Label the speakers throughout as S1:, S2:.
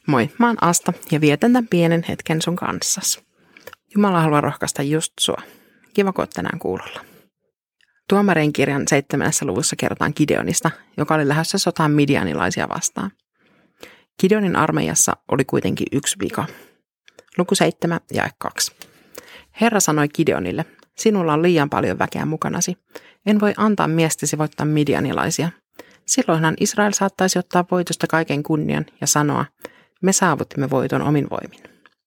S1: Moi, mä oon Asta ja vietän tämän pienen hetken sun kanssas. Jumala haluaa rohkaista just sua. Kiva, kun oot tänään kuulolla. Tuomarien kirjan 7. luvussa kerrotaan Gideonista, joka oli lähdössä sotaan midianilaisia vastaan. Gideonin armeijassa oli kuitenkin yksi vika. Luku 7 ja 2. Herra sanoi Gideonille, sinulla on liian paljon väkeä mukanasi. En voi antaa miestesi voittaa midianilaisia. Silloinhan Israel saattaisi ottaa voitosta kaiken kunnian ja sanoa, me saavutimme voiton omin voimin.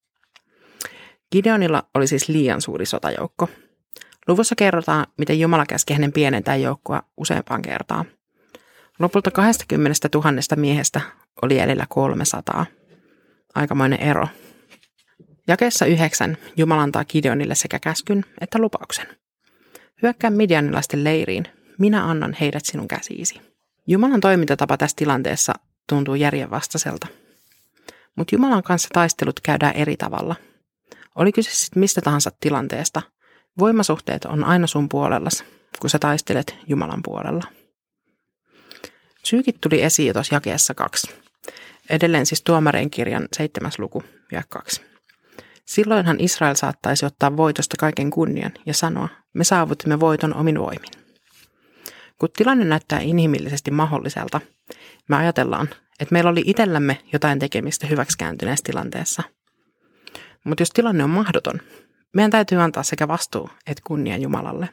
S1: Gideonilla oli siis liian suuri sotajoukko. Luvussa kerrotaan, miten Jumala käski hänen pienentää joukkoa useampaan kertaan. Lopulta 20 000 miehestä oli jäljellä 300. Aikamoinen ero. Jakeessa 9 Jumala antaa Gideonille sekä käskyn että lupauksen. Hyökkää midianilaisten leiriin, minä annan heidät sinun käsiisi. Jumalan toimintatapa tässä tilanteessa tuntuu järjenvastaiselta. Mutta Jumalan kanssa taistelut käydään eri tavalla. Oli kyse sitten mistä tahansa tilanteesta. Voimasuhteet on aina sun puolellas, kun sä taistelet Jumalan puolella. Syykit tuli esiin jo tuossa jakeessa 2. Edelleen siis Tuomarien kirjan 7. luku ja 2. Silloinhan Israel saattaisi ottaa voitosta kaiken kunnian ja sanoa, me saavutimme voiton omin voimin. Kun tilanne näyttää inhimillisesti mahdolliselta, me ajatellaan, että meillä oli itsellämme jotain tekemistä hyväksikääntyneessä tilanteessa. Mutta jos tilanne on mahdoton, meidän täytyy antaa sekä vastuu että kunnia Jumalalle.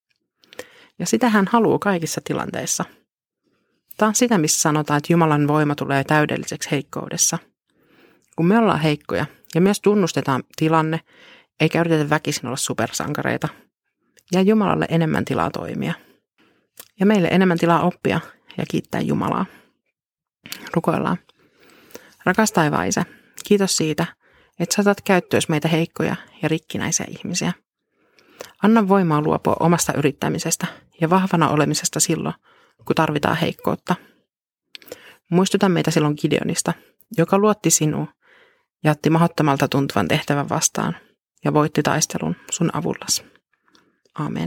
S1: Ja sitä hän haluaa kaikissa tilanteissa. Tämä on sitä, missä sanotaan, että Jumalan voima tulee täydelliseksi heikkoudessa. Kun me ollaan heikkoja ja myös tunnustetaan tilanne, eikä yritetä väkisin olla supersankareita, ja Jumalalle enemmän tilaa toimia. Ja meille enemmän tilaa oppia ja kiittää Jumalaa. Rukoillaan. Rakas taivaan Isä, kiitos siitä, että saatat käyttöösi meitä heikkoja ja rikkinäisiä ihmisiä. Anna voimaa luopua omasta yrittämisestä ja vahvana olemisesta silloin, kun tarvitaan heikkoutta. Muistuta meitä silloin Gideonista, joka luotti sinuun ja otti mahdottomalta tuntuvan tehtävän vastaan ja voitti taistelun sun avullasi. Aamen.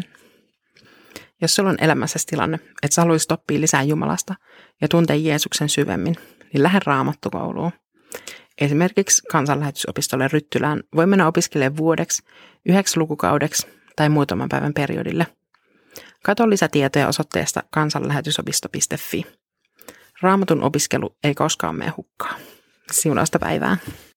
S1: Jos sulla on elämässäsi tilanne, että sä haluaisit oppia lisää Jumalasta ja tuntea Jeesuksen syvemmin, niin lähde Raamattukouluun. Esimerkiksi Kansanlähetysopistolle Ryttylään voi mennä opiskelemaan vuodeksi, 9 lukukaudeksi tai muutaman päivän periodille. Katso lisätietoja osoitteesta kansanlähetysopisto.fi. Raamatun opiskelu ei koskaan mene hukkaan. Siunausta päivää.